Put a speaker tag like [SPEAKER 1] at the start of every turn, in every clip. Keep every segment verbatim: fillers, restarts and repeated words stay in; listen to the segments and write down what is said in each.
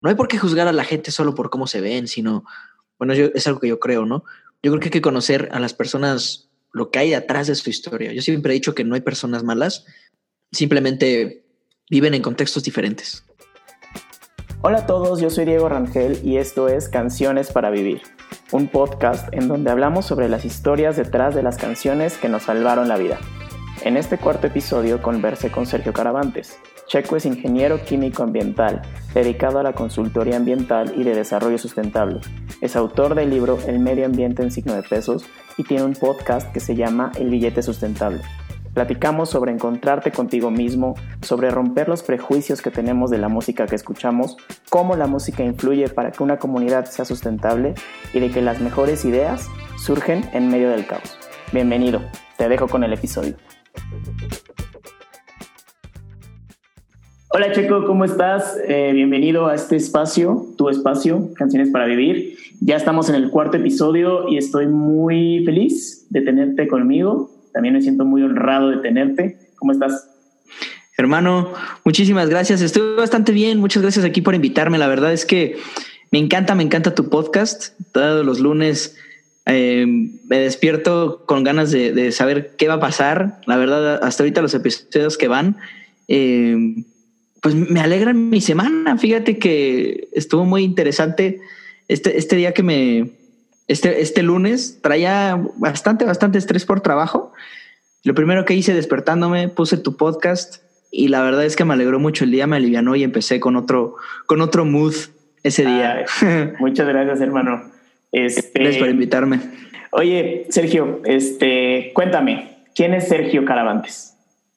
[SPEAKER 1] no hay por qué juzgar a la gente solo por cómo se ven, sino, bueno, yo, es algo que yo creo, ¿no? Yo creo que hay que conocer a las personas, lo que hay detrás de su historia. Yo siempre he dicho que no hay personas malas, simplemente viven en contextos diferentes.
[SPEAKER 2] Hola a todos, yo soy Diego Rangel y esto es Canciones para Vivir, un podcast en donde hablamos sobre las historias detrás de las canciones que nos salvaron la vida. En este cuarto episodio conversé con Sergio Caravantes. Checo es ingeniero químico ambiental, dedicado a la consultoría ambiental y de desarrollo sustentable. Es autor del libro El medio ambiente en signo de pesos y tiene un podcast que se llama El billete sustentable. Platicamos sobre encontrarte contigo mismo, sobre romper los prejuicios que tenemos de la música que escuchamos, cómo la música influye para que una comunidad sea sustentable y de que las mejores ideas surgen en medio del caos. Bienvenido, te dejo con el episodio. Hola Checo, ¿cómo estás? Eh, bienvenido a este espacio, tu espacio, Canciones para Vivir. Ya estamos en el cuarto episodio y estoy muy feliz de tenerte conmigo. También me siento muy honrado de tenerte. ¿Cómo estás?
[SPEAKER 1] Hermano, muchísimas gracias. Estoy bastante bien. Muchas gracias aquí por invitarme. La verdad es que me encanta, me encanta tu podcast. Todos los lunes eh, me despierto con ganas de, de saber qué va a pasar. La verdad, hasta ahorita los episodios que van, eh, pues me alegran mi semana. Fíjate que estuvo muy interesante este, este día que me... Este, este lunes traía bastante, bastante estrés por trabajo. Lo primero que hice despertándome, puse tu podcast y la verdad es que me alegró mucho el día, me alivianó y empecé con otro, con otro mood ese día.
[SPEAKER 2] Ay, muchas gracias, hermano. Este,
[SPEAKER 1] Gracias por invitarme.
[SPEAKER 2] Oye, Sergio, este, cuéntame, ¿quién es Sergio Caravantes?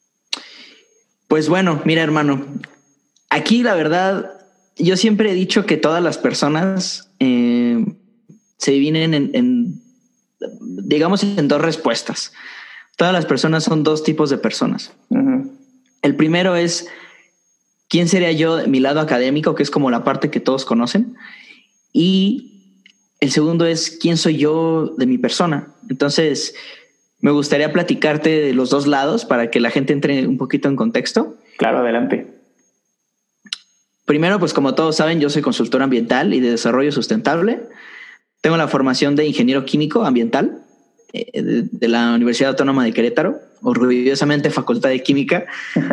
[SPEAKER 1] Pues bueno, mira, hermano, aquí la verdad, yo siempre he dicho que todas las personas eh, se dividen en, en, digamos, en dos respuestas. Todas las personas son dos tipos de personas. Uh-huh. El primero es quién sería yo de mi lado académico, que es como la parte que todos conocen. Y el segundo es quién soy yo de mi persona. Entonces, me gustaría platicarte de los dos lados para que la gente entre un poquito en contexto.
[SPEAKER 2] Claro, adelante.
[SPEAKER 1] Primero, pues como todos saben, yo soy consultor ambiental y de desarrollo sustentable. Tengo la formación de ingeniero químico ambiental eh, de, de la Universidad Autónoma de Querétaro, orgullosamente Facultad de Química.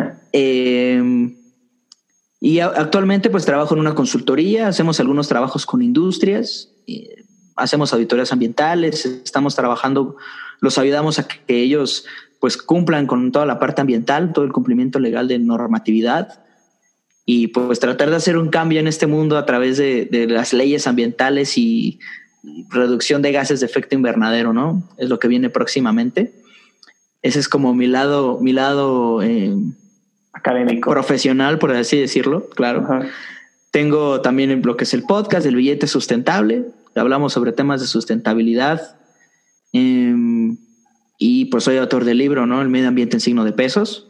[SPEAKER 1] eh, y a, actualmente pues trabajo en una consultoría, hacemos algunos trabajos con industrias, eh, hacemos auditorías ambientales, estamos trabajando, los ayudamos a que ellos pues cumplan con toda la parte ambiental, todo el cumplimiento legal de normatividad y pues tratar de hacer un cambio en este mundo a través de, de las leyes ambientales y reducción de gases de efecto invernadero, ¿no? Es lo que viene próximamente. Ese es como mi lado, mi lado eh,
[SPEAKER 2] académico,
[SPEAKER 1] profesional, por así decirlo, claro. Uh-huh. Tengo también lo que es el podcast del billete sustentable. Hablamos sobre temas de sustentabilidad. Eh, y pues soy autor del libro, ¿no? El medio ambiente en signo de pesos.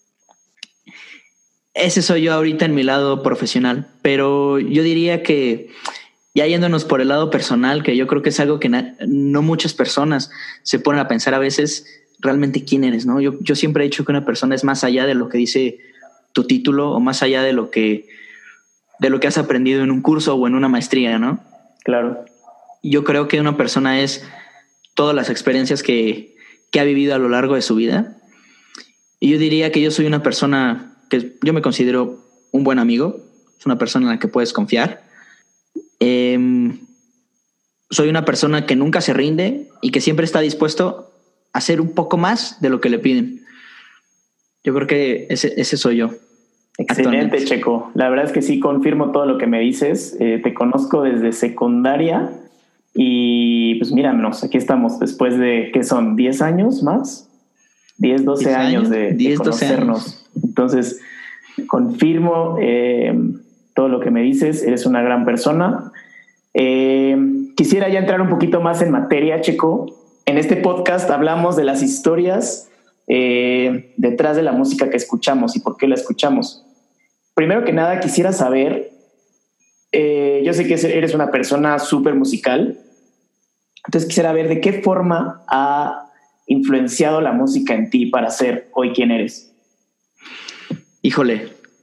[SPEAKER 1] Ese soy yo ahorita en mi lado profesional. Pero yo diría que ya yéndonos por el lado personal, que yo creo que es algo que na- no muchas personas se ponen a pensar a veces realmente quién eres, ¿no? Yo, yo siempre he dicho que una persona es más allá de lo que dice tu título o más allá de lo que, de lo que has aprendido en un curso o en una maestría, ¿no?
[SPEAKER 2] Claro.
[SPEAKER 1] Yo creo que una persona es todas las experiencias que, que ha vivido a lo largo de su vida. Y yo diría que yo soy una persona que yo me considero un buen amigo, es una persona en la que puedes confiar. Eh, soy una persona que nunca se rinde y que siempre está dispuesto a hacer un poco más de lo que le piden. Yo creo que ese, ese soy yo.
[SPEAKER 2] Excelente, Checo. La verdad es que sí, confirmo todo lo que me dices. Eh, te conozco desde secundaria y pues míranos, aquí estamos después de, ¿qué son? ¿diez años más? diez, doce años de, de conocernos. Años. Entonces, confirmo eh, todo lo que me dices, eres una gran persona. Eh, quisiera ya entrar un poquito más en materia, Checo. En este podcast hablamos de las historias eh, detrás de la música que escuchamos y por qué la escuchamos. Primero que nada, quisiera saber, eh, yo sé que eres una persona súper musical, entonces quisiera ver de qué forma ha influenciado la música en ti para ser hoy quien eres.
[SPEAKER 1] Híjole,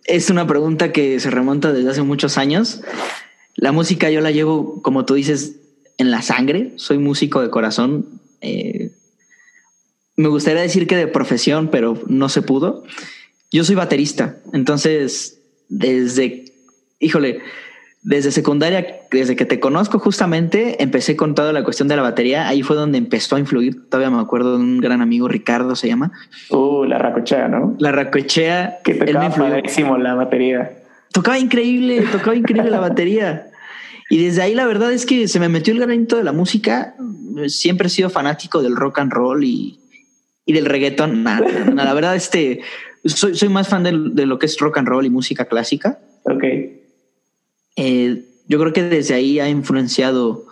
[SPEAKER 1] es una pregunta que se remonta desde hace muchos años. La música yo la llevo, como tú dices, en la sangre. Soy músico de corazón. Eh, me gustaría decir que de profesión, pero no se pudo. Yo soy baterista. Entonces, desde, híjole, desde secundaria, desde que te conozco justamente, empecé con toda la cuestión de la batería. Ahí fue donde empezó a influir. Todavía me acuerdo de un gran amigo, Ricardo se llama.
[SPEAKER 2] Uh, la Racochea, ¿no?
[SPEAKER 1] La Racochea.
[SPEAKER 2] Que tocaba padrísimo la batería.
[SPEAKER 1] Tocaba increíble, tocaba increíble la batería. Y desde ahí la verdad es que se me metió el granito de la música. Siempre he sido fanático del rock and roll y, y del reggaetón. Nah, nah, la verdad, este, soy, soy más fan de, de lo que es rock and roll y música clásica.
[SPEAKER 2] Ok.
[SPEAKER 1] Eh, yo creo que desde ahí ha influenciado,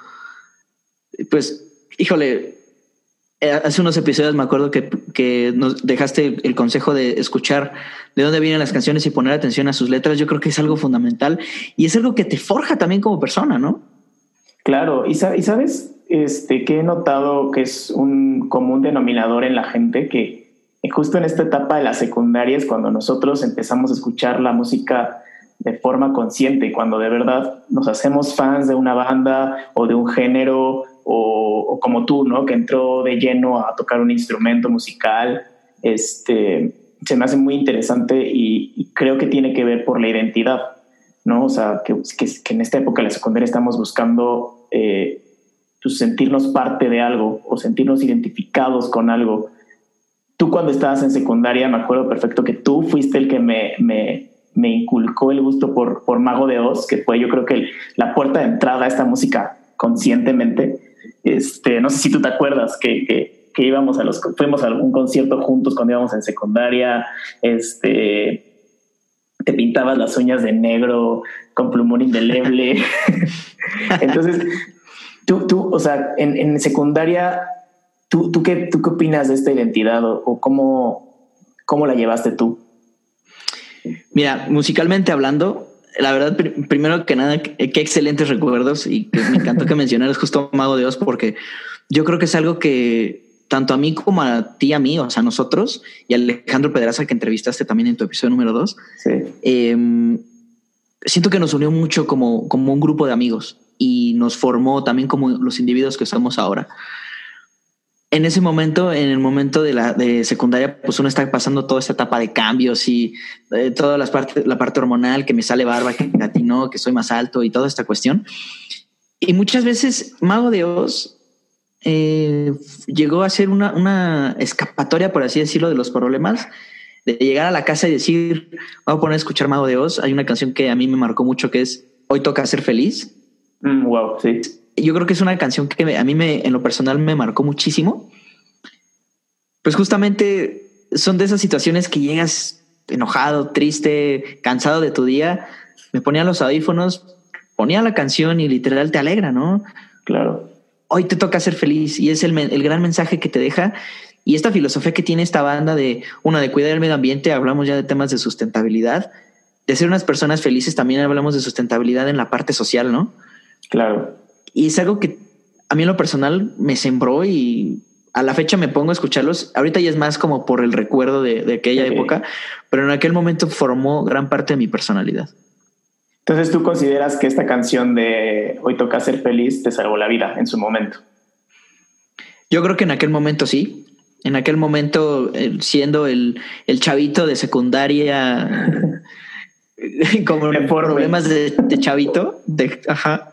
[SPEAKER 1] pues, híjole, hace unos episodios me acuerdo que, que nos dejaste el consejo de escuchar de dónde vienen las canciones y poner atención a sus letras. Yo creo que es algo fundamental y es algo que te forja también como persona, ¿no?
[SPEAKER 2] Claro, y, y sabes, este, que he notado que es un común denominador en la gente, que justo en esta etapa de la secundaria es cuando nosotros empezamos a escuchar la música de forma consciente, cuando de verdad nos hacemos fans de una banda o de un género, o, o como tú, ¿no? Que entró de lleno a tocar un instrumento musical. Este, se me hace muy interesante y, y creo que tiene que ver por la identidad, ¿no? O sea, que, que, que en esta época de la secundaria estamos buscando eh, pues sentirnos parte de algo o sentirnos identificados con algo. Tú cuando estabas en secundaria, me acuerdo perfecto que tú fuiste el que me... me me inculcó el gusto por, por Mago de Oz, que fue yo creo que el, la puerta de entrada a esta música conscientemente. Este, no sé si tú te acuerdas que, que, que íbamos a los, fuimos a algún concierto juntos cuando íbamos en secundaria. Este, te pintabas las uñas de negro con plumón indeleble. Entonces, tú, tú, o sea, en, en secundaria, ¿tú, tú, qué, ¿tú qué opinas de esta identidad o, o cómo, cómo la llevaste tú?
[SPEAKER 1] Mira, musicalmente hablando, la verdad, pr- primero que nada, qué excelentes recuerdos y que me encantó que mencionaras justo Mago de Oz, porque yo creo que es algo que tanto a mí como a ti, a mí, o sea, a nosotros y a Alejandro Pedraza, que entrevistaste también en tu episodio número dos,
[SPEAKER 2] sí.
[SPEAKER 1] eh, siento que nos unió mucho como, como un grupo de amigos y nos formó también como los individuos que somos ahora. En ese momento, en el momento de la de secundaria, pues uno está pasando toda esta etapa de cambios y eh, toda las parte, la parte hormonal, que me sale barba, que a ti no, que soy más alto y toda esta cuestión. Y muchas veces Mago de Oz eh, llegó a ser una, una escapatoria, por así decirlo, de los problemas, de llegar a la casa y decir, vamos a poner a escuchar Mago de Oz. Hay una canción que a mí me marcó mucho que es Hoy toca ser feliz.
[SPEAKER 2] Mm, wow, sí.
[SPEAKER 1] Yo creo que es una canción que me, a mí me, en lo personal me marcó muchísimo. Pues justamente son de esas situaciones que llegas enojado, triste, cansado de tu día. Me ponía los audífonos, ponía la canción y literal te alegra, ¿no?
[SPEAKER 2] Claro.
[SPEAKER 1] Hoy te toca ser feliz y es el, el gran mensaje que te deja. Y esta filosofía que tiene esta banda de, una, de cuidar el medio ambiente, hablamos ya de temas de sustentabilidad, de ser unas personas felices, también hablamos de sustentabilidad en la parte social, ¿no?
[SPEAKER 2] Claro.
[SPEAKER 1] Y es algo que a mí en lo personal me sembró y a la fecha me pongo a escucharlos. Ahorita ya es más como por el recuerdo de, de aquella okay. época, pero en aquel momento formó gran parte de mi personalidad.
[SPEAKER 2] Entonces, ¿tú consideras que esta canción de Hoy toca ser feliz te salvó la vida en su momento?
[SPEAKER 1] Yo creo que en aquel momento sí. En aquel momento, siendo el, el chavito de secundaria, como problemas de, de chavito, de, ajá.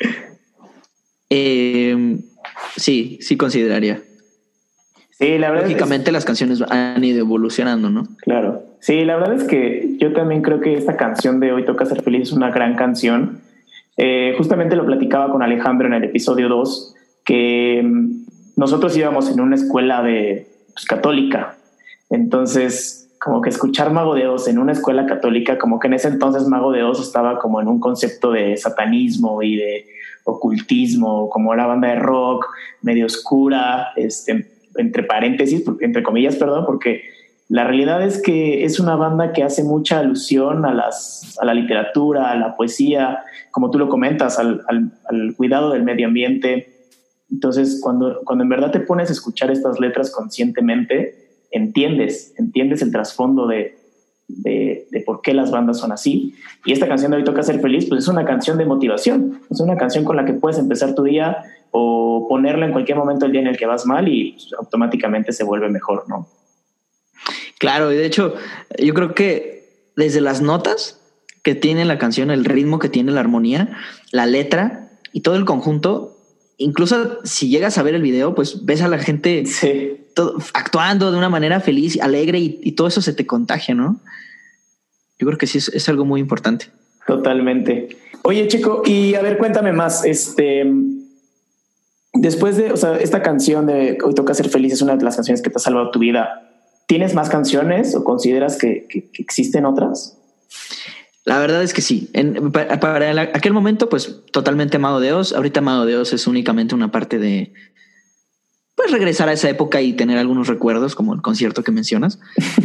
[SPEAKER 1] Eh, sí, sí consideraría.
[SPEAKER 2] Sí, la verdad.
[SPEAKER 1] Lógicamente
[SPEAKER 2] es...
[SPEAKER 1] las canciones han ido evolucionando, ¿no?
[SPEAKER 2] Claro. Sí, la verdad es que yo también creo que esta canción de Hoy toca ser feliz es una gran canción. Eh, justamente lo platicaba con Alejandro en el episodio dos, que nosotros íbamos en una escuela de pues, católica. Entonces, como que escuchar Mago de Oz en una escuela católica, como que en ese entonces Mago de Oz estaba como en un concepto de satanismo y de ocultismo, como la banda de rock medio oscura, este, entre paréntesis, entre comillas, perdón, porque la realidad es que es una banda que hace mucha alusión a, las, a la literatura, a la poesía, como tú lo comentas, al, al, al cuidado del medio ambiente. Entonces, cuando, cuando en verdad te pones a escuchar estas letras conscientemente, entiendes, entiendes el trasfondo de, de, de por qué las bandas son así. Y esta canción de Hoy Toca Ser Feliz, pues es una canción de motivación. Es una canción con la que puedes empezar tu día o ponerla en cualquier momento del día en el que vas mal y pues, automáticamente se vuelve mejor, ¿no?
[SPEAKER 1] Claro, y de hecho, yo creo que desde las notas que tiene la canción, el ritmo que tiene, la armonía, la letra y todo el conjunto, incluso si llegas a ver el video, pues ves a la gente
[SPEAKER 2] sí.
[SPEAKER 1] todo, actuando de una manera feliz, alegre y, y todo eso se te contagia, ¿no? Yo creo que sí es, es algo muy importante.
[SPEAKER 2] Totalmente. Oye, Chico, y a ver, cuéntame más. Este, después de, o sea, esta canción de Hoy Toca Ser Feliz es una de las canciones que te ha salvado tu vida. ¿Tienes más canciones o consideras que, que, que existen otras?
[SPEAKER 1] La verdad es que sí. En, para, para la, aquel momento, pues totalmente Amado de Oz. Ahorita Amado de Oz es únicamente una parte de, pues, regresar a esa época y tener algunos recuerdos, como el concierto que mencionas.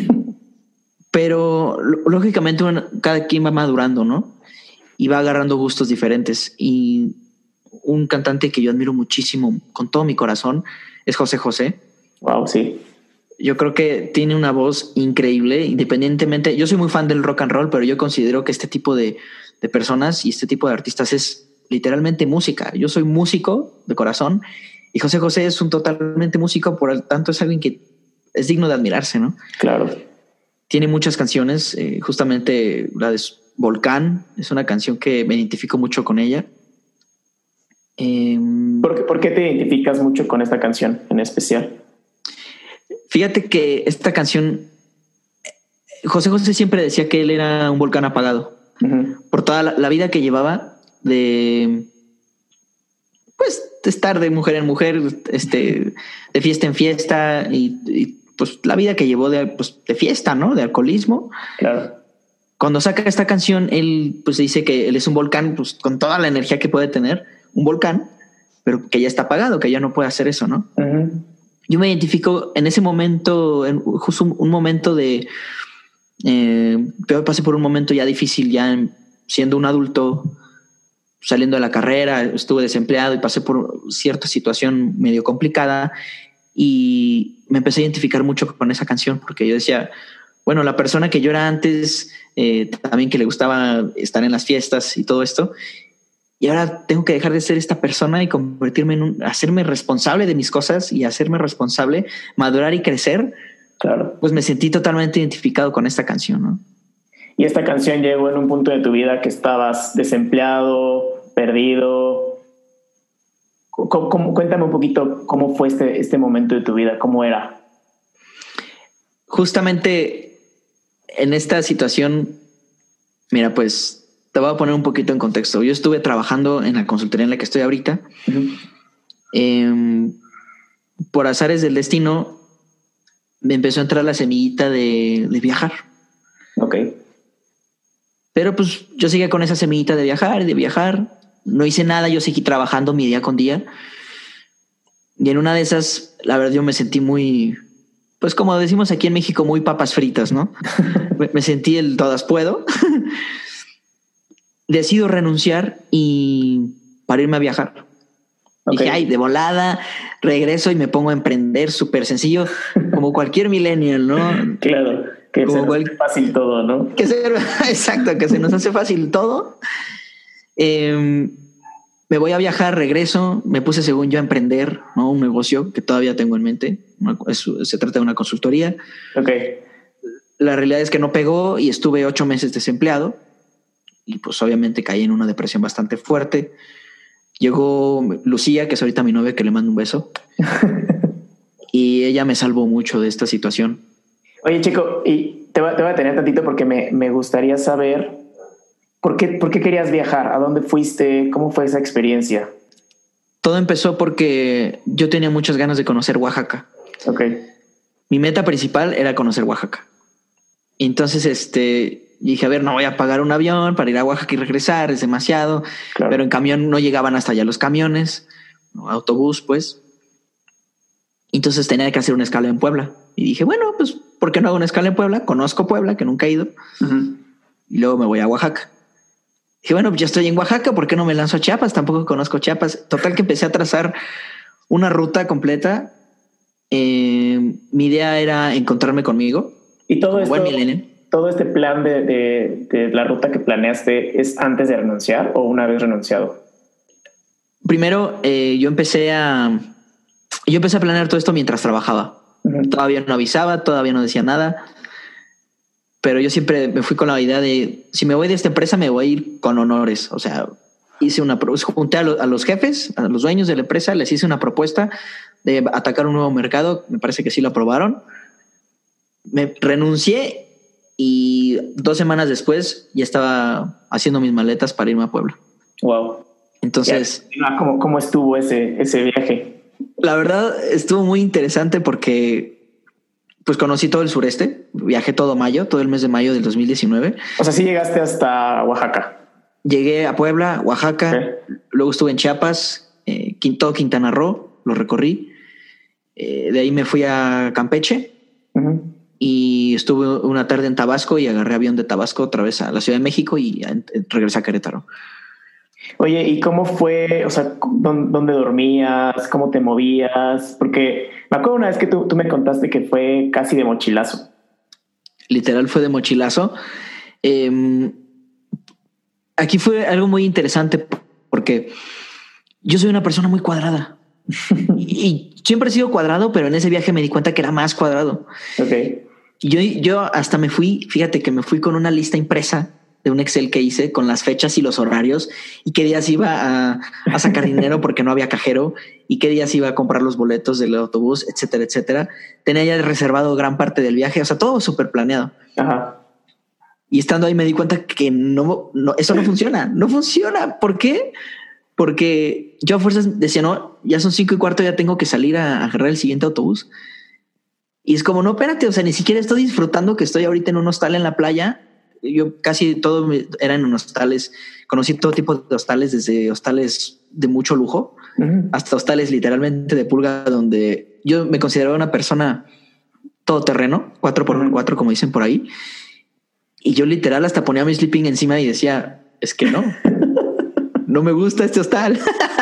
[SPEAKER 1] Pero lógicamente bueno, cada quien va madurando, ¿no? Y va agarrando gustos diferentes. Y un cantante que yo admiro muchísimo con todo mi corazón es José José.
[SPEAKER 2] Wow, sí.
[SPEAKER 1] Yo creo que tiene una voz increíble, independientemente. Yo soy muy fan del rock and roll, pero yo considero que este tipo de, de personas y este tipo de artistas es literalmente música. Yo soy músico de corazón y José José es un totalmente músico, por lo tanto es alguien que es digno de admirarse, ¿no?
[SPEAKER 2] Claro.
[SPEAKER 1] Tiene muchas canciones, eh, justamente la de Volcán es una canción que me identifico mucho con ella. Eh,
[SPEAKER 2] ¿Por qué, ¿Por qué te identificas mucho con esta canción en especial?
[SPEAKER 1] Fíjate que esta canción, José José siempre decía que él era un volcán apagado, uh-huh. por toda la, la vida que llevaba de, pues, de estar de mujer en mujer, este, de fiesta en fiesta y, y pues la vida que llevó de, pues, de fiesta, ¿no? De alcoholismo.
[SPEAKER 2] Claro.
[SPEAKER 1] Cuando saca esta canción, él pues dice que él es un volcán, pues con toda la energía que puede tener, un volcán, pero que ya está apagado, que ya no puede hacer eso, ¿no? Uh-huh. Yo me identifico en ese momento, en justo un, un momento de... Eh, yo pasé por un momento ya difícil, ya siendo un adulto, saliendo de la carrera, estuve desempleado y pasé por cierta situación medio complicada y me empecé a identificar mucho con esa canción porque yo decía, bueno, la persona que yo era antes, eh, también que le gustaba estar en las fiestas y todo esto, y ahora tengo que dejar de ser esta persona y convertirme en un, hacerme responsable de mis cosas y hacerme responsable, madurar y crecer.
[SPEAKER 2] Claro.
[SPEAKER 1] Pues me sentí totalmente identificado con esta canción, ¿no?
[SPEAKER 2] Y esta canción llegó en un punto de tu vida que estabas desempleado, perdido. ¿Cómo, cómo, cuéntame un poquito cómo fue este, este momento de tu vida, cómo era.
[SPEAKER 1] Justamente en esta situación, mira, pues te voy a poner un poquito en contexto. Yo estuve trabajando en la consultoría en la que estoy ahorita. Uh-huh. Eh, por azares del destino, me empezó a entrar la semillita de, de viajar.
[SPEAKER 2] Ok.
[SPEAKER 1] Pero pues yo seguía con esa semillita de viajar y de viajar. No hice nada, yo seguí trabajando mi día con día. Y en una de esas, la verdad, yo me sentí muy, pues como decimos aquí en México, muy papas fritas, ¿no? me, me sentí el todas puedo. Decido renunciar y para irme a viajar. Okay. Dije, ay, de volada, regreso y me pongo a emprender, súper sencillo, como cualquier millennial, ¿no?
[SPEAKER 2] Claro, que como se nos hace fácil todo, ¿no?
[SPEAKER 1] Que se, exacto, que se nos hace fácil todo. Eh, me voy a viajar, regreso, me puse según yo a emprender, ¿no? Un negocio que todavía tengo en mente. Es, se trata de una consultoría.
[SPEAKER 2] Ok.
[SPEAKER 1] La realidad es que no pegó y estuve ocho meses desempleado. Y pues obviamente caí en una depresión bastante fuerte. Llegó Lucía, que es ahorita mi novia, que le mando un beso. Y ella me salvó mucho de esta situación.
[SPEAKER 2] Oye, Chico, y te voy, te voy a tener tantito porque me, me gustaría saber por qué, por qué querías viajar, a dónde fuiste, cómo fue esa experiencia.
[SPEAKER 1] Todo empezó porque yo tenía muchas ganas de conocer Oaxaca.
[SPEAKER 2] Ok.
[SPEAKER 1] Mi meta principal era conocer Oaxaca. Entonces, este... dije, a ver, no voy a pagar un avión para ir a Oaxaca y regresar, es demasiado. Claro. Pero en camión no llegaban hasta allá los camiones, no, autobús, pues. Entonces tenía que hacer una escala en Puebla. Y dije, bueno, pues, ¿por qué no hago una escala en Puebla? Conozco Puebla, que nunca he ido. Uh-huh. Y luego me voy a Oaxaca. Dije, bueno, pues ya estoy en Oaxaca, ¿por qué no me lanzo a Chiapas? Tampoco conozco Chiapas. Total que empecé a trazar una ruta completa. Eh, mi idea era encontrarme conmigo.
[SPEAKER 2] Y todo esto...
[SPEAKER 1] Buen milenio.
[SPEAKER 2] todo este plan de, de, de la ruta que planeaste es antes de renunciar o una vez renunciado?
[SPEAKER 1] Primero, eh, yo empecé a yo empecé a planear todo esto mientras trabajaba. Uh-huh. Todavía no avisaba, todavía no decía nada, pero yo siempre me fui con la idea de si me voy de esta empresa me voy a ir con honores. O sea, hice una junté a, lo, a los jefes, a los dueños de la empresa, les hice una propuesta de atacar un nuevo mercado. Me parece que sí lo aprobaron. Me renuncié y dos semanas después ya estaba haciendo mis maletas para irme a Puebla.
[SPEAKER 2] Wow.
[SPEAKER 1] Entonces,
[SPEAKER 2] ¿cómo, cómo estuvo ese, ese viaje?
[SPEAKER 1] La verdad estuvo muy interesante porque pues conocí todo el sureste. Viajé todo mayo, todo el mes de mayo del dos mil diecinueve.
[SPEAKER 2] O sea, sí llegaste hasta Oaxaca.
[SPEAKER 1] Llegué a Puebla, Oaxaca, okay. Luego estuve en Chiapas, eh, todo Quintana Roo, lo recorrí. Eh, de ahí me fui a Campeche. Uh-huh. Y estuve una tarde en Tabasco y agarré avión de Tabasco otra vez a la Ciudad de México y regresé a Querétaro.
[SPEAKER 2] Oye, ¿y cómo fue? O sea, ¿dónde dormías? ¿Cómo te movías? Porque me acuerdo una vez que tú, tú me contaste que fue casi de mochilazo.
[SPEAKER 1] Literal fue de mochilazo. Eh, aquí fue algo muy interesante porque yo soy una persona muy cuadrada. Y siempre he sido cuadrado, pero en ese viaje me di cuenta que era más cuadrado.
[SPEAKER 2] Okay.
[SPEAKER 1] Yo, yo hasta me fui, fíjate que me fui con una lista impresa de un Excel que hice con las fechas y los horarios y qué días iba a, a sacar dinero porque no había cajero y qué días iba a comprar los boletos del autobús, etcétera, etcétera. Tenía ya reservado gran parte del viaje, o sea, todo súper planeado.
[SPEAKER 2] Ajá.
[SPEAKER 1] Y estando ahí me di cuenta que no, no, eso no funciona, no funciona. ¿Por qué? Porque yo a fuerzas decía, no, ya son cinco y cuarto, ya tengo que salir a, a agarrar el siguiente autobús. Y es como, no, espérate, o sea, ni siquiera estoy disfrutando que estoy ahorita en un hostal en la playa. Yo casi todo era en hostales. Conocí todo tipo de hostales, desde hostales de mucho lujo uh-huh. hasta hostales literalmente de pulga, donde yo me consideraba una persona todoterreno, cuatro por cuatro, uh-huh. como dicen por ahí. Y yo literal hasta ponía mi sleeping encima y decía, es que no, no me gusta este hostal.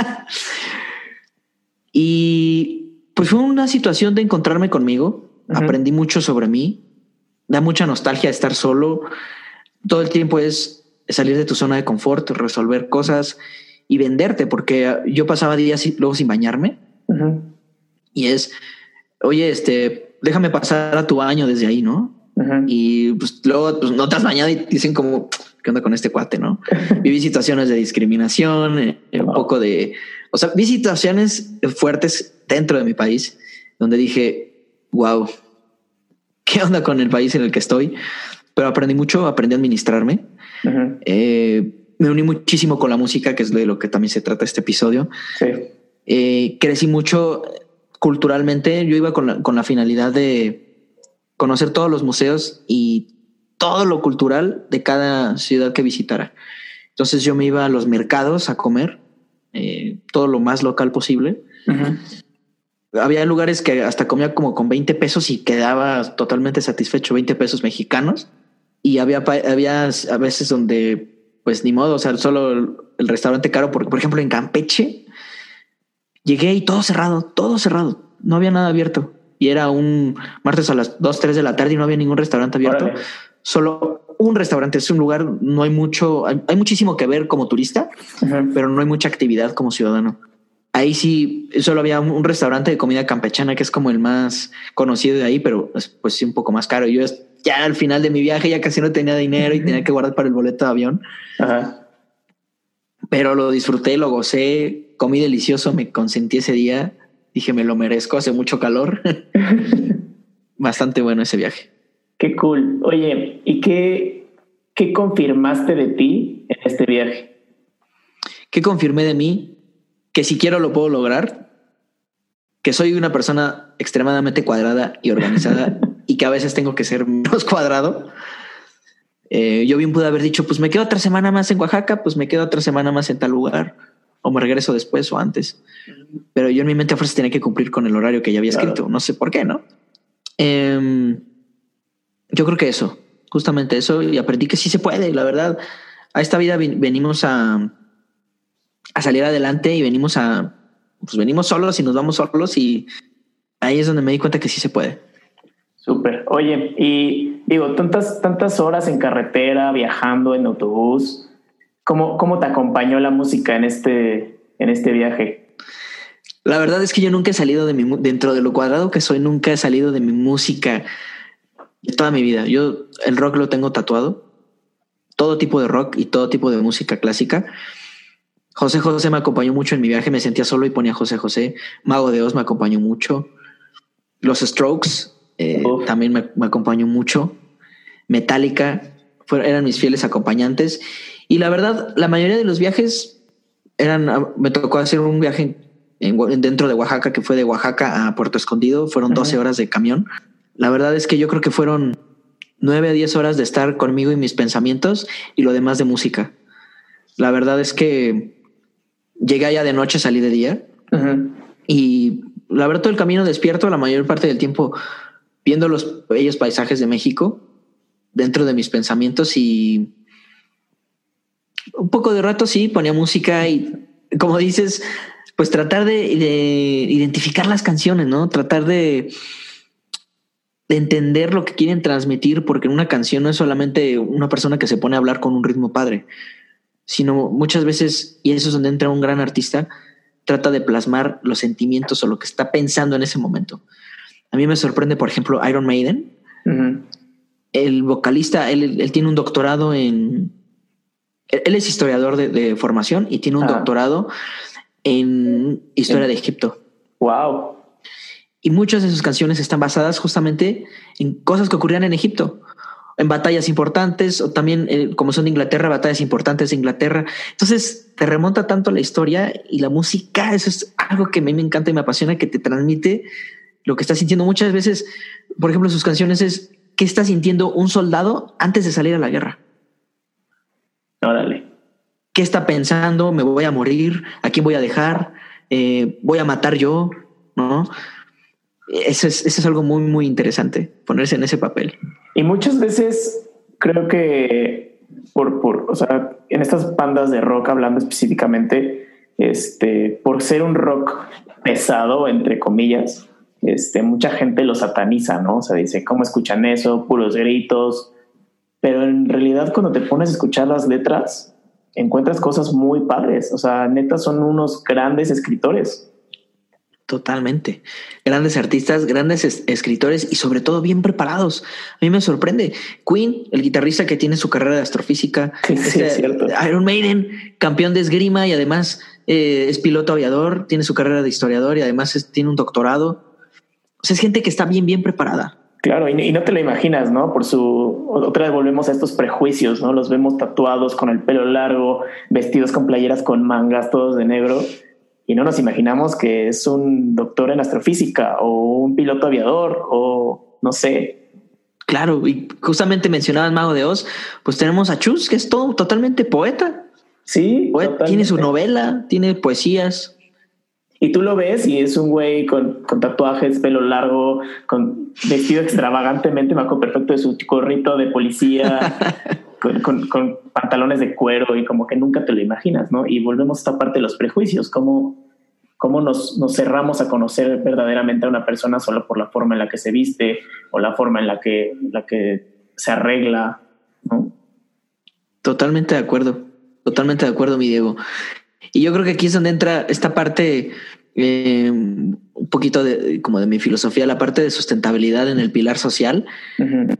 [SPEAKER 1] Y pues fue una situación de encontrarme conmigo. Uh-huh. Aprendí mucho sobre mí. Da mucha nostalgia estar solo. Todo el tiempo es salir de tu zona de confort, resolver cosas y venderte, porque yo pasaba días luego sin bañarme. Uh-huh. Y es, oye, este, déjame pasar a tu baño desde ahí, ¿no? Uh-huh. Y pues luego pues, no te has bañado y dicen como, ¿qué onda con este cuate, no? Viví situaciones de discriminación, eh, un wow. poco de, o sea, vi situaciones fuertes dentro de mi país donde dije, wow, ¿qué onda con el país en el que estoy? Pero aprendí mucho, aprendí a administrarme. Uh-huh. Eh, me uní muchísimo con la música, que es de lo que también se trata este episodio.
[SPEAKER 2] Sí.
[SPEAKER 1] Eh, crecí mucho culturalmente. Yo iba con la, con la finalidad de conocer todos los museos y todo lo cultural de cada ciudad que visitara. Entonces yo me iba a los mercados a comer, eh, todo lo más local posible. Uh-huh. Había lugares que hasta comía como con veinte pesos y quedaba totalmente satisfecho, veinte pesos mexicanos. Y había, había a veces donde, pues ni modo, o sea, solo el, el restaurante caro, por, por ejemplo, en Campeche, llegué y todo cerrado, todo cerrado, no había nada abierto. Y era un martes a las dos, tres de la tarde y no había ningún restaurante abierto. Órale. Solo un restaurante, es un lugar, no hay mucho, hay, hay muchísimo que ver como turista, uh-huh. pero no hay mucha actividad como ciudadano. Ahí sí, solo había un restaurante de comida campechana que es como el más conocido de ahí, pero pues sí un poco más caro. Yo ya al final de mi viaje ya casi no tenía dinero y tenía que guardar para el boleto de avión. Ajá. Pero lo disfruté, lo gocé, comí delicioso, me consentí ese día. Dije, me lo merezco, hace mucho calor. Bastante bueno ese viaje.
[SPEAKER 2] Qué cool. Oye, ¿y qué, qué confirmaste de ti en este viaje?
[SPEAKER 1] ¿Qué confirmé de mí? Que si quiero lo puedo lograr, que soy una persona extremadamente cuadrada y organizada y que a veces tengo que ser menos cuadrado. Eh, yo bien pude haber dicho, pues me quedo otra semana más en Oaxaca, pues me quedo otra semana más en tal lugar, o me regreso después o antes. Pero yo en mi mente a fuerza tenía que cumplir con el horario que ya había escrito. Claro. No sé por qué, ¿no? Eh, yo creo que eso, justamente eso, y aprendí que sí se puede, la verdad. A esta vida venimos a... a salir adelante y venimos a, pues venimos solos y nos vamos solos y ahí es donde me di cuenta que sí se puede.
[SPEAKER 2] Súper. Oye, y digo, tantas, tantas horas en carretera, viajando en autobús, ¿cómo, cómo te acompañó la música en este, en este viaje?
[SPEAKER 1] La verdad es que yo nunca he salido de mi, dentro de lo cuadrado que soy, nunca he salido de mi música de toda mi vida. Yo el rock lo tengo tatuado, todo tipo de rock y todo tipo de música clásica. José José me acompañó mucho en mi viaje, me sentía solo y ponía José José. Mago de Oz me acompañó mucho. Los Strokes eh, también me, me acompañó mucho. Metallica fueron, eran mis fieles acompañantes. Y la verdad, la mayoría de los viajes eran, me tocó hacer un viaje en, dentro de Oaxaca, que fue de Oaxaca a Puerto Escondido. Fueron doce horas de camión. La verdad es que yo creo que fueron nueve a diez horas de estar conmigo y mis pensamientos y lo demás de música. La verdad es que llegué allá de noche, salí de día. Uh-huh. Y la verdad todo el camino despierto, la mayor parte del tiempo viendo los bellos paisajes de México dentro de mis pensamientos, y un poco de rato sí ponía música y, como dices, pues tratar de, de identificar las canciones, ¿no? Tratar de, de entender lo que quieren transmitir, porque en una canción no es solamente una persona que se pone a hablar con un ritmo padre, sino muchas veces, y eso es donde entra un gran artista, trata de plasmar los sentimientos o lo que está pensando en ese momento. A mí me sorprende, por ejemplo, Iron Maiden. Uh-huh. El vocalista, él, él tiene un doctorado en... Él es historiador de, de formación y tiene un uh-huh. doctorado en historia de Egipto.
[SPEAKER 2] Wow.
[SPEAKER 1] Y muchas de sus canciones están basadas justamente en cosas que ocurrían en Egipto, en batallas importantes, o también, eh, como son de Inglaterra, batallas importantes de Inglaterra. Entonces te remonta tanto la historia y la música. Eso es algo que a mí me encanta y me apasiona, que te transmite lo que estás sintiendo. Muchas veces, por ejemplo, sus canciones es ¿qué está sintiendo un soldado antes de salir a la guerra?
[SPEAKER 2] Órale.
[SPEAKER 1] ¿Qué está pensando? ¿Me voy a morir? ¿A quién voy a dejar? Eh, ¿Voy a matar yo? ¿No? Eso es, eso es algo muy, muy interesante, ponerse en ese papel.
[SPEAKER 2] Y muchas veces creo que por, por, o sea, en estas bandas de rock, hablando específicamente, este, por ser un rock pesado, entre comillas, este, mucha gente lo sataniza, ¿no? O sea, dice, ¿cómo escuchan eso? Puros gritos. Pero en realidad, cuando te pones a escuchar las letras, encuentras cosas muy padres. O sea, neta, son unos grandes escritores.
[SPEAKER 1] Totalmente. Grandes artistas, grandes es- escritores y sobre todo bien preparados. A mí me sorprende. Queen, el guitarrista que tiene su carrera de astrofísica.
[SPEAKER 2] Sí, sí,
[SPEAKER 1] este,
[SPEAKER 2] es cierto.
[SPEAKER 1] Iron Maiden, campeón de esgrima y además eh, es piloto aviador, tiene su carrera de historiador y además es, tiene un doctorado. O sea, es gente que está bien, bien preparada.
[SPEAKER 2] Claro, y, y no te lo imaginas, ¿no? Por su... Otra vez volvemos a estos prejuicios, ¿no? Los vemos tatuados, con el pelo largo, vestidos con playeras con mangas, todos de negro. Y no nos imaginamos que es un doctor en astrofísica o un piloto aviador o no sé.
[SPEAKER 1] Claro, y justamente mencionabas Mago de Oz, pues tenemos a Chus, que es todo totalmente poeta.
[SPEAKER 2] Sí,
[SPEAKER 1] poeta, tiene su novela, tiene poesías.
[SPEAKER 2] Y tú lo ves y es un güey con, con tatuajes, pelo largo, con vestido extravagantemente, me acuerdo perfecto de su gorrito de policía, con, con, con pantalones de cuero, y como que nunca te lo imaginas, ¿no? Y volvemos a esta parte de los prejuicios, cómo, cómo nos, nos cerramos a conocer verdaderamente a una persona solo por la forma en la que se viste o la forma en la que, la que se arregla, ¿no?
[SPEAKER 1] Totalmente de acuerdo, totalmente de acuerdo, mi Diego. Y yo creo que aquí es donde entra esta parte, eh, un poquito de como de mi filosofía, la parte de sustentabilidad en el pilar social. Uh-huh.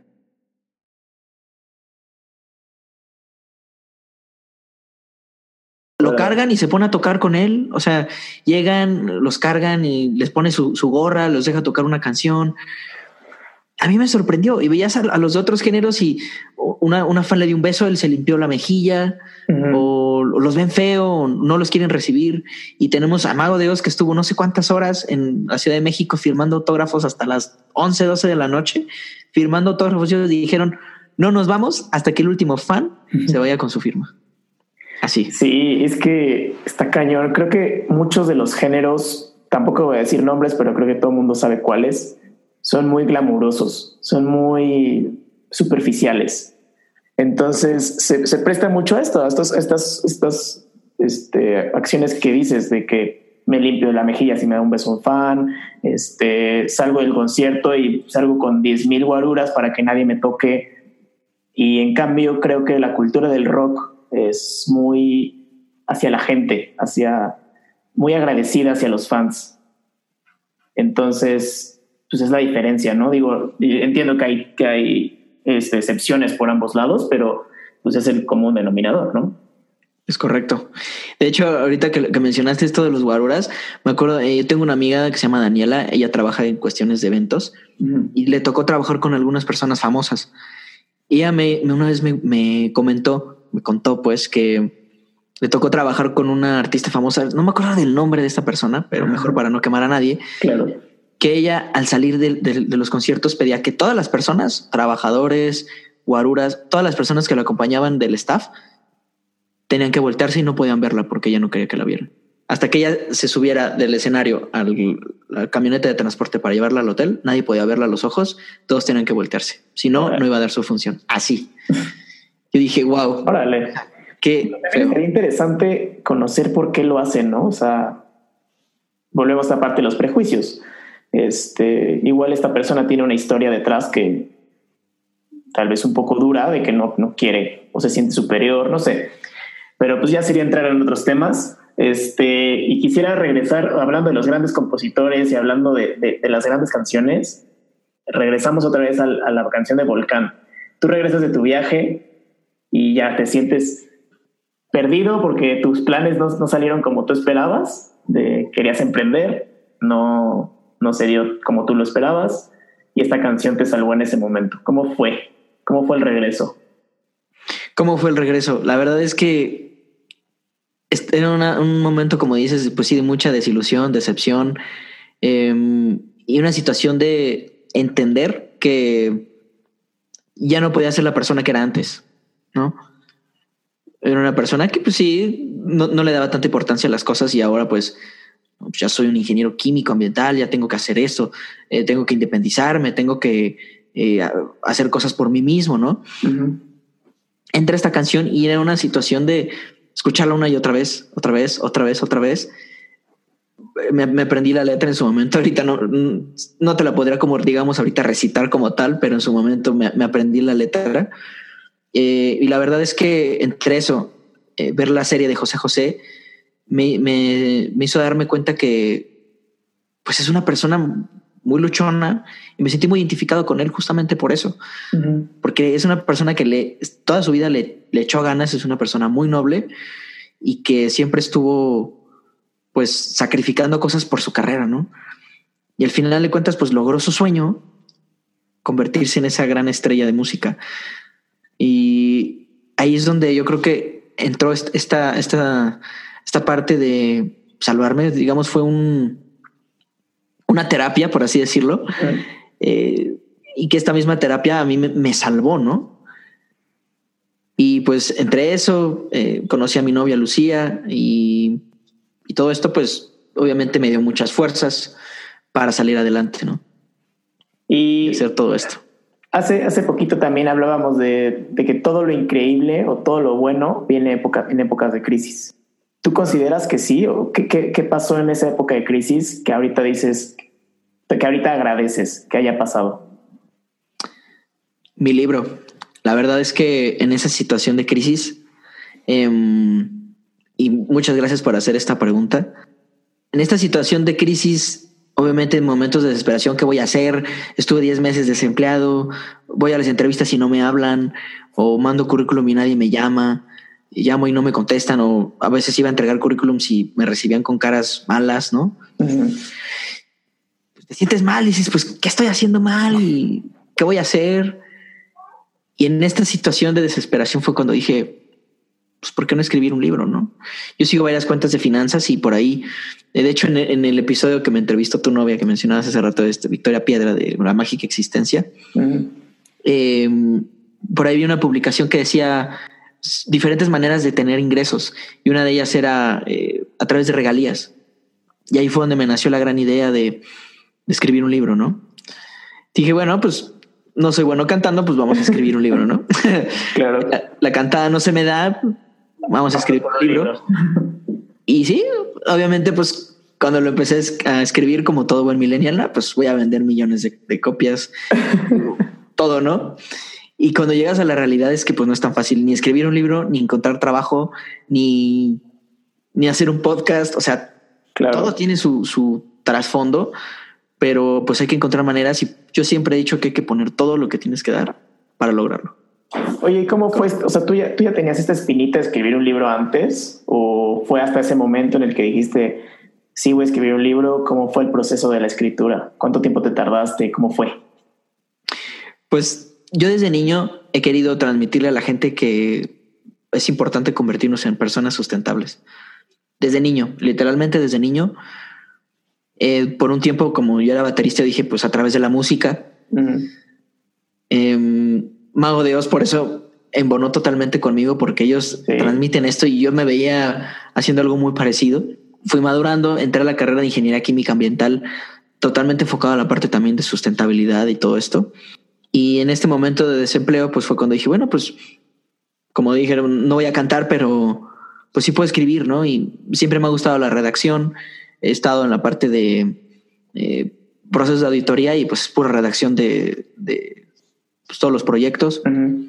[SPEAKER 1] Lo cargan y se pone a tocar con él. O sea, llegan, los cargan y les pone su, su gorra, los deja tocar una canción. A mí me sorprendió. Y veías a, a los de otros géneros y una, una fan le dio un beso, él se limpió la mejilla. Uh-huh. O los ven feo, no los quieren recibir. Y tenemos a Mago de Oz, que estuvo no sé cuántas horas en la Ciudad de México firmando autógrafos hasta las once, doce de la noche, firmando autógrafos. Ellos dijeron, no nos vamos hasta que el último fan uh-huh. se vaya con su firma. Así.
[SPEAKER 2] Sí, es que está cañón. Creo que muchos de los géneros, tampoco voy a decir nombres, pero creo que todo el mundo sabe cuáles, son muy glamurosos, son muy superficiales. Entonces se, se presta mucho a esto, a estas, estas, estas este, acciones que dices, de que me limpio la mejilla si me da un beso un fan, este, salgo del concierto y salgo con diez mil guaruras para que nadie me toque. Y en cambio creo que la cultura del rock es muy hacia la gente, hacia, muy agradecida hacia los fans. Entonces, pues es la diferencia, ¿no? Digo, entiendo que hay, que hay este, excepciones por ambos lados, pero pues es el común denominador, ¿no?
[SPEAKER 1] Es correcto. De hecho, ahorita que, que mencionaste esto de los guaruras, me acuerdo, eh, yo tengo una amiga que se llama Daniela, ella trabaja en cuestiones de eventos uh-huh. y le tocó trabajar con algunas personas famosas. Y ella me, me una vez me, me comentó, me contó pues que le tocó trabajar con una artista famosa, no me acuerdo del nombre de esta persona, pero uh-huh. mejor para no quemar a nadie.
[SPEAKER 2] Claro.
[SPEAKER 1] Que ella al salir de, de, de los conciertos pedía que todas las personas, trabajadores, guaruras, todas las personas que lo acompañaban del staff, tenían que voltearse y no podían verla porque ella no quería que la vieran. Hasta que ella se subiera del escenario a la camioneta de transporte para llevarla al hotel, nadie podía verla a los ojos, todos tenían que voltearse. Si no, Órale. no iba a dar su función. Así. Yo dije, wow.
[SPEAKER 2] Órale.
[SPEAKER 1] Qué feo.
[SPEAKER 2] Sería interesante conocer por qué lo hacen, ¿no? O sea, volvemos a parte de los prejuicios. Este, igual esta persona tiene una historia detrás que tal vez un poco dura, de que no, no quiere o se siente superior, no sé. Pero pues ya sería entrar en otros temas. Este, y quisiera regresar hablando de los grandes compositores y hablando de, de, de las grandes canciones. Regresamos otra vez a, a la canción de Volcán. Tú regresas de tu viaje y ya te sientes perdido porque tus planes no, no salieron como tú esperabas, de, querías emprender, no, no se dio como tú lo esperabas y esta canción te salvó en ese momento. ¿Cómo fue? ¿Cómo fue el regreso?
[SPEAKER 1] ¿Cómo fue el regreso? La verdad es que era una, un momento, como dices, pues sí, de mucha desilusión, decepción eh, y una situación de entender que ya no podía ser la persona que era antes, ¿no? Era una persona que pues sí, no, no le daba tanta importancia a las cosas y ahora pues ya soy un ingeniero químico ambiental, ya tengo que hacer esto, eh, tengo que independizarme, tengo que eh, hacer cosas por mí mismo, ¿no? Uh-huh. Entra esta canción y era una situación de escucharla una y otra vez, otra vez, otra vez, otra vez. Me, me aprendí la letra en su momento. Ahorita no, no te la podría como, digamos, ahorita recitar como tal, pero en su momento me, me aprendí la letra. Eh, y la verdad es que entre eso, eh, ver la serie de José José, me, me, me hizo darme cuenta que pues es una persona muy luchona y me sentí muy identificado con él justamente por eso. Uh-huh. Porque es una persona que le, toda su vida le, le echó ganas, es una persona muy noble y que siempre estuvo pues sacrificando cosas por su carrera, ¿no? Y al final de cuentas pues logró su sueño, convertirse en esa gran estrella de música. Y ahí es donde yo creo que entró esta, esta, esta parte de salvarme, digamos, fue un una terapia, por así decirlo, uh-huh. eh, y que esta misma terapia a mí me, me salvó, ¿no? Y pues entre eso eh, conocí a mi novia Lucía y, y todo esto pues obviamente me dio muchas fuerzas para salir adelante, ¿no? Y hacer todo esto.
[SPEAKER 2] Hace, hace poquito también hablábamos de, de que todo lo increíble o todo lo bueno viene época, en épocas de crisis. ¿Tú consideras que sí? ¿O qué, qué, qué pasó en esa época de crisis que ahorita dices, que ahorita agradeces que haya pasado?
[SPEAKER 1] Mi libro. La verdad es que en esa situación de crisis, eh, y muchas gracias por hacer esta pregunta. En esta situación de crisis, obviamente en momentos de desesperación, ¿qué voy a hacer? Estuve diez meses desempleado, voy a las entrevistas y no me hablan, o mando currículum y nadie me llama. Llamo y no me contestan, o a veces iba a entregar currículums y me recibían con caras malas, ¿no? Uh-huh. Pues te sientes mal y dices, pues, ¿qué estoy haciendo mal? ¿Y qué voy a hacer? Y en esta situación de desesperación fue cuando dije, pues, ¿por qué no escribir un libro, no? Yo sigo varias cuentas de finanzas y por ahí, de hecho, en el, en el episodio que me entrevistó tu novia, que mencionabas hace rato, este, Victoria Piedra, de La Mágica Existencia, uh-huh. eh, por ahí vi una publicación que decía diferentes maneras de tener ingresos y una de ellas era eh, a través de regalías, y ahí fue donde me nació la gran idea de, de escribir un libro, ¿no? Dije, bueno, pues no soy bueno cantando, pues vamos a escribir un libro, ¿no?
[SPEAKER 2] Claro.
[SPEAKER 1] La, la cantada no se me da, vamos a escribir un libro. Y sí, obviamente pues cuando lo empecé a escribir como todo buen millennial, no, pues voy a vender millones de, de copias, todo, ¿no? Y cuando llegas a la realidad es que pues no es tan fácil ni escribir un libro, ni encontrar trabajo, ni, ni hacer un podcast. O sea, claro, todo tiene su, su trasfondo, pero pues hay que encontrar maneras, y yo siempre he dicho que hay que poner todo lo que tienes que dar para lograrlo.
[SPEAKER 2] Oye, ¿y cómo fue? O sea, ¿tú ya, ¿tú ya tenías esta espinita de escribir un libro antes? ¿O fue hasta ese momento en el que dijiste, sí, voy a escribir un libro? ¿Cómo fue el proceso de la escritura? ¿Cuánto tiempo te tardaste? ¿Cómo fue?
[SPEAKER 1] Pues yo desde niño he querido transmitirle a la gente que es importante convertirnos en personas sustentables. Desde niño, literalmente desde niño. Eh, por un tiempo, como yo era baterista, dije, pues a través de la música. Uh-huh. Eh, Mago de Oz, por eso embonó totalmente conmigo, porque ellos sí. transmiten esto y yo me veía haciendo algo muy parecido. Fui madurando, entré a la carrera de Ingeniería Química Ambiental, totalmente enfocado a la parte también de sustentabilidad y todo esto. Y en este momento de desempleo, pues fue cuando dije, bueno, pues como dije, no voy a cantar, pero pues sí puedo escribir, ¿no? Y siempre me ha gustado la redacción. He estado en la parte de eh, procesos de auditoría y pues pura redacción de, de pues, todos los proyectos. Uh-huh.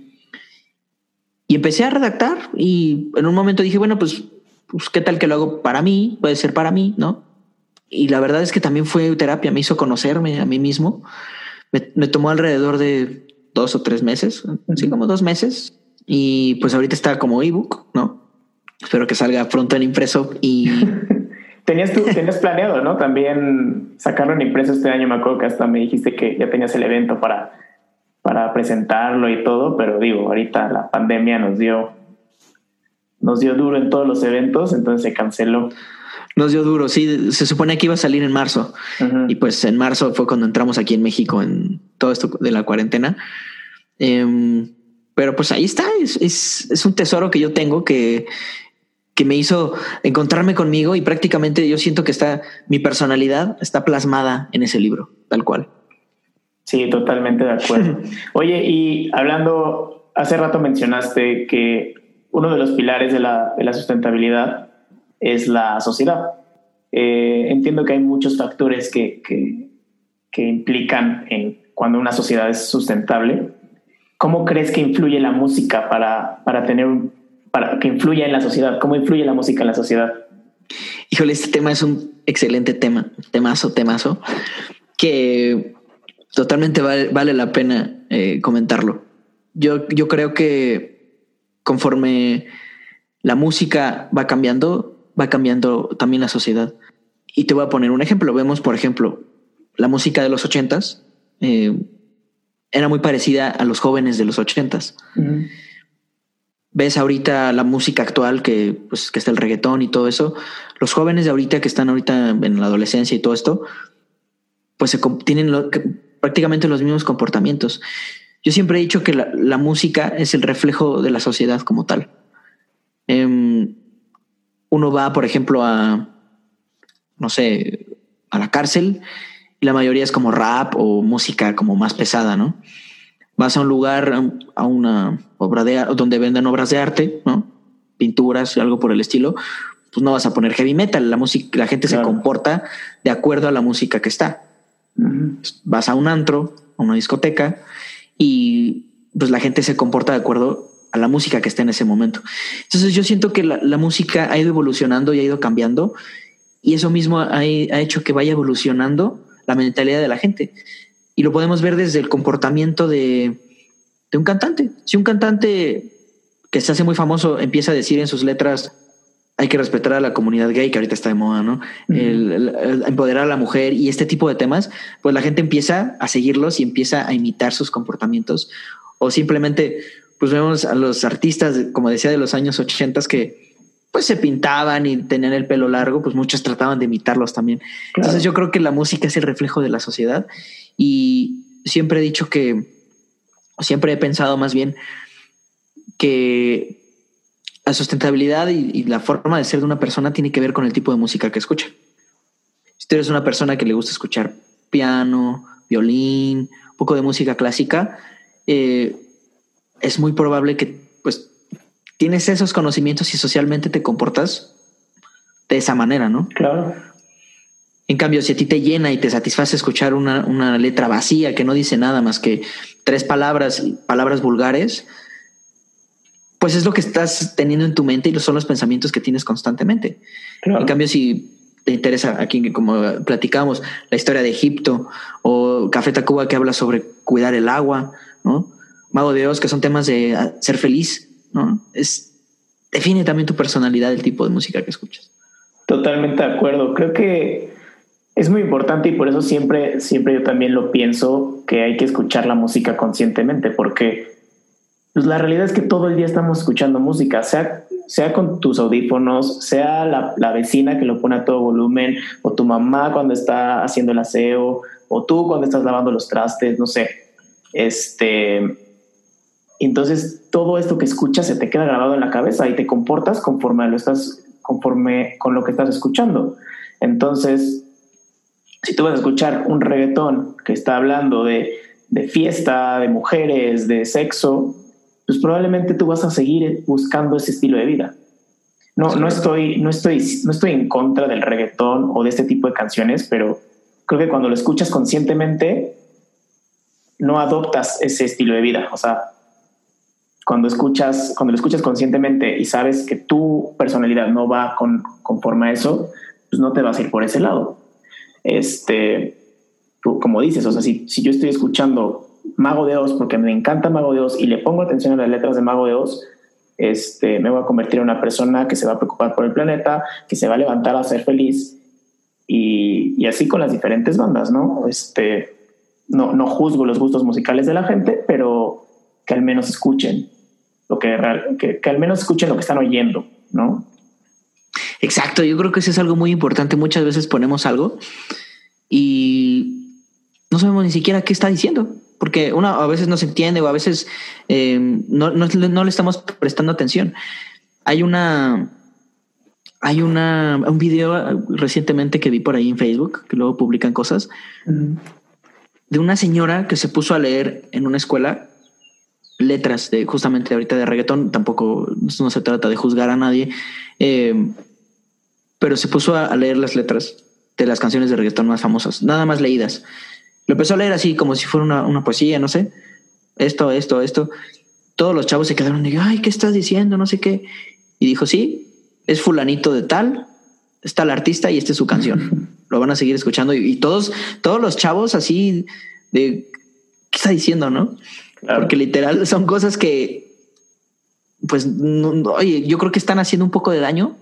[SPEAKER 1] Y empecé a redactar y en un momento dije, bueno, pues, pues qué tal que lo hago para mí, puede ser para mí, ¿no? Y la verdad es que también fue terapia, me hizo conocerme a mí mismo. Me, me tomó alrededor de dos o tres meses, uh-huh. sí, como dos meses. Y pues ahorita está como ebook, ¿no? Espero que salga pronto en impreso y...
[SPEAKER 2] Tenías tú, tenías planeado, ¿no? También sacarlo en impreso este año. Me acuerdo que hasta me dijiste que ya tenías el evento para, para presentarlo y todo, pero digo, ahorita la pandemia nos dio, nos dio duro en todos los eventos, entonces se canceló.
[SPEAKER 1] Nos dio duro, sí. Se supone que iba a salir en marzo. Uh-huh. Y pues en marzo fue cuando entramos aquí en México en todo esto de la cuarentena. Eh, pero pues ahí está. Es, es, es un tesoro que yo tengo que... que me hizo encontrarme conmigo y prácticamente yo siento que está, mi personalidad está plasmada en ese libro, tal cual.
[SPEAKER 2] Sí, totalmente de acuerdo. Oye, y hablando, hace rato mencionaste que uno de los pilares de la, de la sustentabilidad es la sociedad. Eh, entiendo que hay muchos factores que, que, que implican en cuando una sociedad es sustentable. ¿Cómo crees que influye la música para, para tener un para que influya en la sociedad? ¿Cómo influye la música en la sociedad?
[SPEAKER 1] Híjole, este tema es un excelente tema, temazo, temazo, que totalmente vale, vale la pena eh, comentarlo. Yo, yo creo que conforme la música va cambiando, va cambiando también la sociedad. Y te voy a poner un ejemplo. Vemos, por ejemplo, la música de los ochentas eh, era muy parecida a los jóvenes de los ochentas. Uh-huh. Ves ahorita la música actual que, pues, que está el reggaetón y todo eso. Los jóvenes de ahorita que están ahorita en la adolescencia y todo esto, pues se, tienen lo, que, prácticamente los mismos comportamientos. Yo siempre he dicho que la, la música es el reflejo de la sociedad como tal. Eh, uno va, por ejemplo, a, no sé, a la cárcel y la mayoría es como rap o música como más pesada, ¿no? Vas a un lugar, a una obra de donde venden obras de arte, ¿no? Pinturas, algo por el estilo, pues no vas a poner heavy metal. La música, la gente claro. se comporta de acuerdo a la música que está. Uh-huh. Vas a un antro, a una discoteca, y pues la gente se comporta de acuerdo a la música que está en ese momento. Entonces yo siento que la, la música ha ido evolucionando y ha ido cambiando, y eso mismo ha, ha hecho que vaya evolucionando la mentalidad de la gente. Y lo podemos ver desde el comportamiento de, de un cantante. Si un cantante que se hace muy famoso empieza a decir en sus letras, hay que respetar a la comunidad gay, que ahorita está de moda, ¿no? Uh-huh. El, el, el empoderar a la mujer y este tipo de temas, pues la gente empieza a seguirlos y empieza a imitar sus comportamientos. O simplemente, pues vemos a los artistas, como decía, de los años ochentas que pues se pintaban y tenían el pelo largo, pues muchos trataban de imitarlos también. Claro. Entonces yo creo que la música es el reflejo de la sociedad. Y siempre he dicho que, siempre he pensado más bien que la sustentabilidad y, y la forma de ser de una persona tiene que ver con el tipo de música que escucha. Si tú eres una persona que le gusta escuchar piano, violín, un poco de música clásica, eh, es muy probable que pues tienes esos conocimientos y socialmente te comportas de esa manera, ¿no?
[SPEAKER 2] Claro.
[SPEAKER 1] En cambio, si a ti te llena y te satisface escuchar una, una letra vacía que no dice nada más que tres palabras, palabras vulgares, pues es lo que estás teniendo en tu mente y son los pensamientos que tienes constantemente. Claro. En cambio, si te interesa aquí, como platicamos, la historia de Egipto o Café Tacuba, que habla sobre cuidar el agua, ¿no? Mago de Oz, que son temas de ser feliz, ¿no? Es, define también tu personalidad, el tipo de música que escuchas.
[SPEAKER 2] Totalmente de acuerdo. Creo que es muy importante y por eso siempre, siempre yo también lo pienso, que hay que escuchar la música conscientemente, porque pues la realidad es que todo el día estamos escuchando música, sea, sea con tus audífonos, sea la, la vecina que lo pone a todo volumen, o tu mamá cuando está haciendo el aseo, o tú cuando estás lavando los trastes, no sé. Este, entonces todo esto que escuchas se te queda grabado en la cabeza y te comportas conforme lo estás, conforme con lo que estás escuchando. Entonces, si tú vas a escuchar un reggaetón que está hablando de, de fiesta, de mujeres, de sexo, pues probablemente tú vas a seguir buscando ese estilo de vida. No, no estoy, no estoy, no estoy en contra del reggaetón o de este tipo de canciones, pero creo que cuando lo escuchas conscientemente, no adoptas ese estilo de vida. O sea, cuando escuchas, cuando lo escuchas conscientemente y sabes que tu personalidad no va con, conforme a eso, pues no te vas a ir por ese lado. Este, tú, como dices, o sea, si, si yo estoy escuchando Mago de Oz porque me encanta Mago de Oz y le pongo atención a las letras de Mago de Oz, este, me voy a convertir en una persona que se va a preocupar por el planeta, que se va a levantar a ser feliz, y, y así con las diferentes bandas, ¿no? Este, no, no juzgo los gustos musicales de la gente, pero que al menos escuchen lo que, que, que al menos escuchen lo que están oyendo, ¿no?
[SPEAKER 1] Exacto, yo creo que eso es algo muy importante. Muchas veces ponemos algo y no sabemos ni siquiera qué está diciendo, porque una a veces no se entiende o a veces eh, no, no, no le estamos prestando atención. Hay una, hay una, un video recientemente que vi por ahí en Facebook, que luego publican cosas, uh-huh. de una señora que se puso a leer en una escuela letras de justamente ahorita de reggaetón. Tampoco no se trata de juzgar a nadie, eh, pero se puso a, a leer las letras de las canciones de reggaetón más famosas, nada más leídas. Lo empezó a leer así como si fuera una, una poesía, no sé, esto, esto, esto. Todos los chavos se quedaron de, ay, ¿qué estás diciendo? No sé qué. Y dijo, sí, es fulanito de tal, está el artista y esta es su canción. Lo van a seguir escuchando. Y, y todos, todos los chavos así de, ¿qué está diciendo, no? Claro. Porque literal son cosas que, pues, no, no, oye, yo creo que están haciendo un poco de daño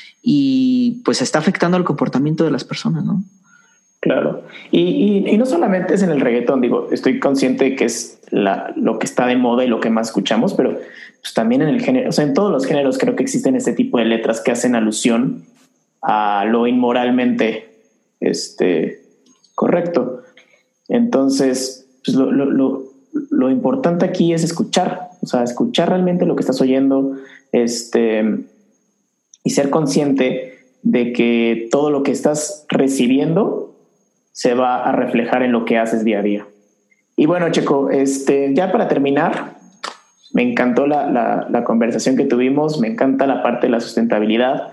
[SPEAKER 1] y pues está afectando al comportamiento de las personas, ¿no?
[SPEAKER 2] Claro. Y, y, y no solamente es en el reggaetón, digo, estoy consciente de que es la, lo que está de moda y lo que más escuchamos, pero pues también en el género, o sea, en todos los géneros creo que existen este tipo de letras que hacen alusión a lo inmoralmente este, correcto. Entonces, pues lo, lo, lo, lo importante aquí es escuchar, o sea, escuchar realmente lo que estás oyendo, este, y ser consciente de que todo lo que estás recibiendo se va a reflejar en lo que haces día a día. Y bueno, Checo, este, ya para terminar, me encantó la, la, la conversación que tuvimos, me encanta la parte de la sustentabilidad,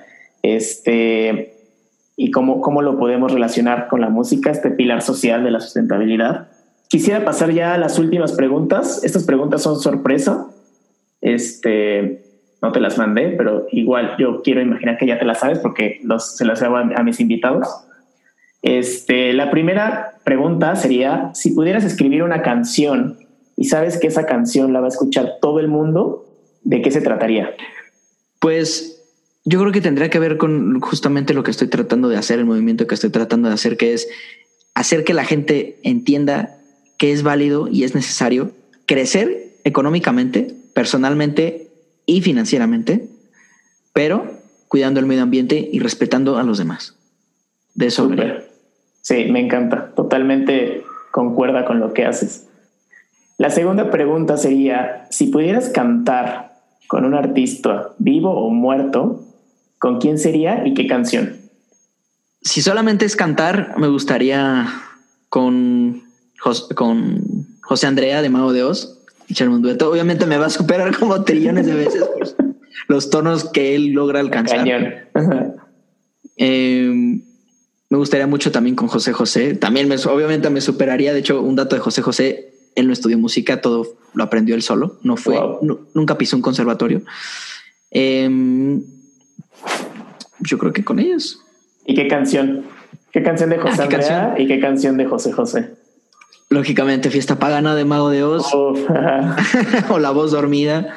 [SPEAKER 2] este, y cómo, cómo lo podemos relacionar con la música, este pilar social de la sustentabilidad. Quisiera pasar ya a las últimas preguntas. Estas preguntas son sorpresa. Este, no te las mandé, pero igual yo quiero imaginar que ya te las sabes porque los, se las hago a, a mis invitados. Este, la primera pregunta sería, si pudieras escribir una canción y sabes que esa canción la va a escuchar todo el mundo, ¿de qué se trataría?
[SPEAKER 1] Pues yo creo que tendría que ver con justamente lo que estoy tratando de hacer, el movimiento que estoy tratando de hacer, que es hacer que la gente entienda que es válido y es necesario crecer económicamente, personalmente y financieramente, pero cuidando el medio ambiente y respetando a los demás. De eso.
[SPEAKER 2] Súper. Sí, me encanta. Totalmente concuerda con lo que haces. La segunda pregunta sería, si pudieras cantar con un artista vivo o muerto, ¿con quién sería y qué canción?
[SPEAKER 1] Si solamente es cantar, me gustaría con, Jos- con José Andrea de Mago de Oz, echarme un dueto. Obviamente me va a superar como trillones de veces pues, los tonos que él logra alcanzar.
[SPEAKER 2] Cañón.
[SPEAKER 1] Eh, Me gustaría mucho también con José José. También me, obviamente me superaría. De hecho, un dato de José José, él no estudió música, todo lo aprendió él solo. No fue, wow. no, nunca pisó un conservatorio. Eh, yo creo que con ellos.
[SPEAKER 2] ¿Y qué canción? ¿Qué canción de José ah, ¿qué Andrea canción? Y qué canción de José José?
[SPEAKER 1] Lógicamente, Fiesta Pagana de Mago de Oz. Oh. O La Voz Dormida.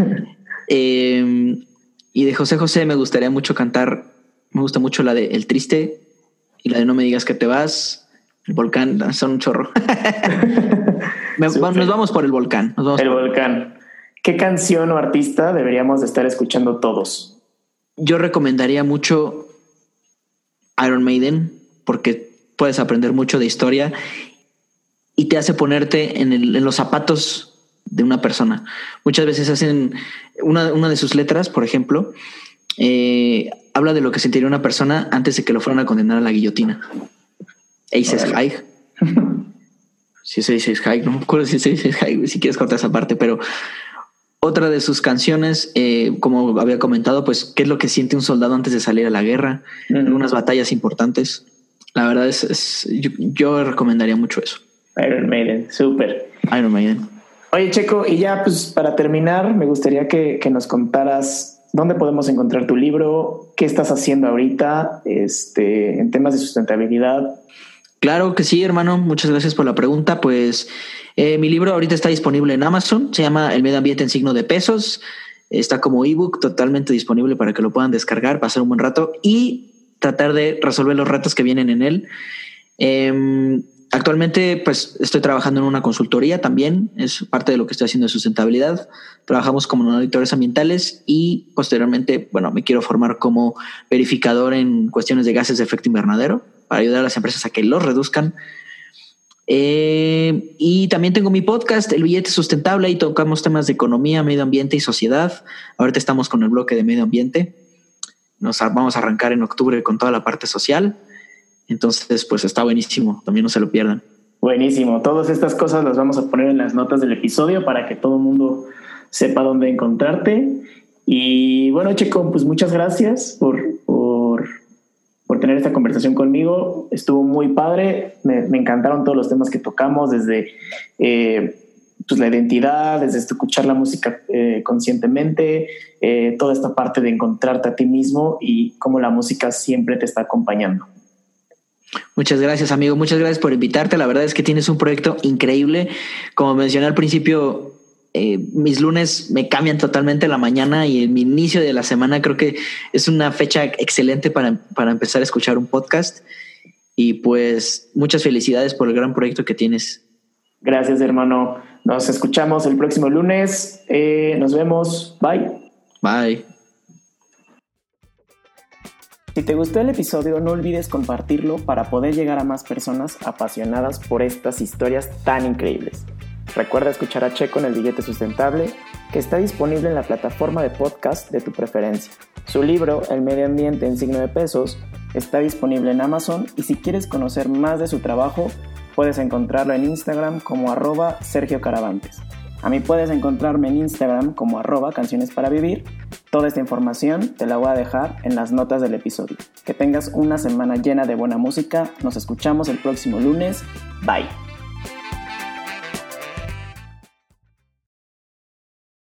[SPEAKER 1] eh, y de José José me gustaría mucho cantar. Me gusta mucho la de El Triste y la de No me digas que te vas. El Volcán, son un chorro. me, nos vamos por El Volcán. Nos vamos
[SPEAKER 2] el
[SPEAKER 1] por
[SPEAKER 2] Volcán. ¿Qué canción o artista deberíamos de estar escuchando todos?
[SPEAKER 1] Yo recomendaría mucho Iron Maiden, porque puedes aprender mucho de historia y te hace ponerte en, el, en los zapatos de una persona. Muchas veces hacen una, una de sus letras, por ejemplo, eh, habla de lo que sentiría una persona antes de que lo fueran a condenar a la guillotina. Aces High. Si se dice High, no me acuerdo si se dice High, si quieres cortar esa parte, pero otra de sus canciones, eh, como había comentado, pues, ¿qué es lo que siente un soldado antes de salir a la guerra? Mm. En unas batallas importantes. La verdad es, es yo, yo recomendaría mucho eso.
[SPEAKER 2] Iron Maiden, súper.
[SPEAKER 1] Iron Maiden.
[SPEAKER 2] Oye, Checo, y ya pues para terminar, me gustaría que, que nos contaras dónde podemos encontrar tu libro, qué estás haciendo ahorita este, en temas de sustentabilidad.
[SPEAKER 1] Claro que sí, hermano. Muchas gracias por la pregunta. Pues eh, mi libro ahorita está disponible en Amazon. Se llama El medio ambiente en signo de pesos. Está como ebook totalmente disponible para que lo puedan descargar, pasar un buen rato y tratar de resolver los retos que vienen en él. Eh, actualmente, pues estoy trabajando en una consultoría también. Es parte de lo que estoy haciendo de sustentabilidad. Trabajamos como auditores ambientales y posteriormente, bueno, me quiero formar como verificador en cuestiones de gases de efecto invernadero, para ayudar a las empresas a que los reduzcan. Eh, y también tengo mi podcast, El Billete Sustentable, y tocamos temas de economía, medio ambiente y sociedad. Ahorita estamos con el bloque de medio ambiente. Nos vamos a arrancar en octubre con toda la parte social. Entonces, pues está buenísimo. También no se lo pierdan.
[SPEAKER 2] Buenísimo. Todas estas cosas las vamos a poner en las notas del episodio para que todo el mundo sepa dónde encontrarte. Y bueno, Checo, pues muchas gracias por... por por tener esta conversación conmigo. Estuvo muy padre, me, me encantaron todos los temas que tocamos, desde eh, pues la identidad, desde escuchar la música eh, conscientemente, eh, toda esta parte de encontrarte a ti mismo y cómo la música siempre te está acompañando.
[SPEAKER 1] Muchas gracias, amigo, muchas gracias por invitarte. La verdad es que tienes un proyecto increíble. Como mencioné al principio, Eh, mis lunes me cambian totalmente la mañana y en mi inicio de la semana creo que es una fecha excelente para, para empezar a escuchar un podcast. Y pues muchas felicidades por el gran proyecto que tienes.
[SPEAKER 2] Gracias, hermano. Nos escuchamos el próximo lunes. Eh, nos vemos. Bye.
[SPEAKER 1] Bye.
[SPEAKER 2] Si te gustó el episodio, no olvides compartirlo para poder llegar a más personas apasionadas por estas historias tan increíbles. Recuerda escuchar a Checo en El Billete Sustentable, que está disponible en la plataforma de podcast de tu preferencia. Su libro, El medio ambiente en signo de pesos, está disponible en Amazon y si quieres conocer más de su trabajo, puedes encontrarlo en Instagram como arroba Sergio Caravantes. A mí puedes encontrarme en Instagram como arroba Canciones para Vivir. Toda esta información te la voy a dejar en las notas del episodio. Que tengas una semana llena de buena música. Nos escuchamos el próximo lunes. Bye.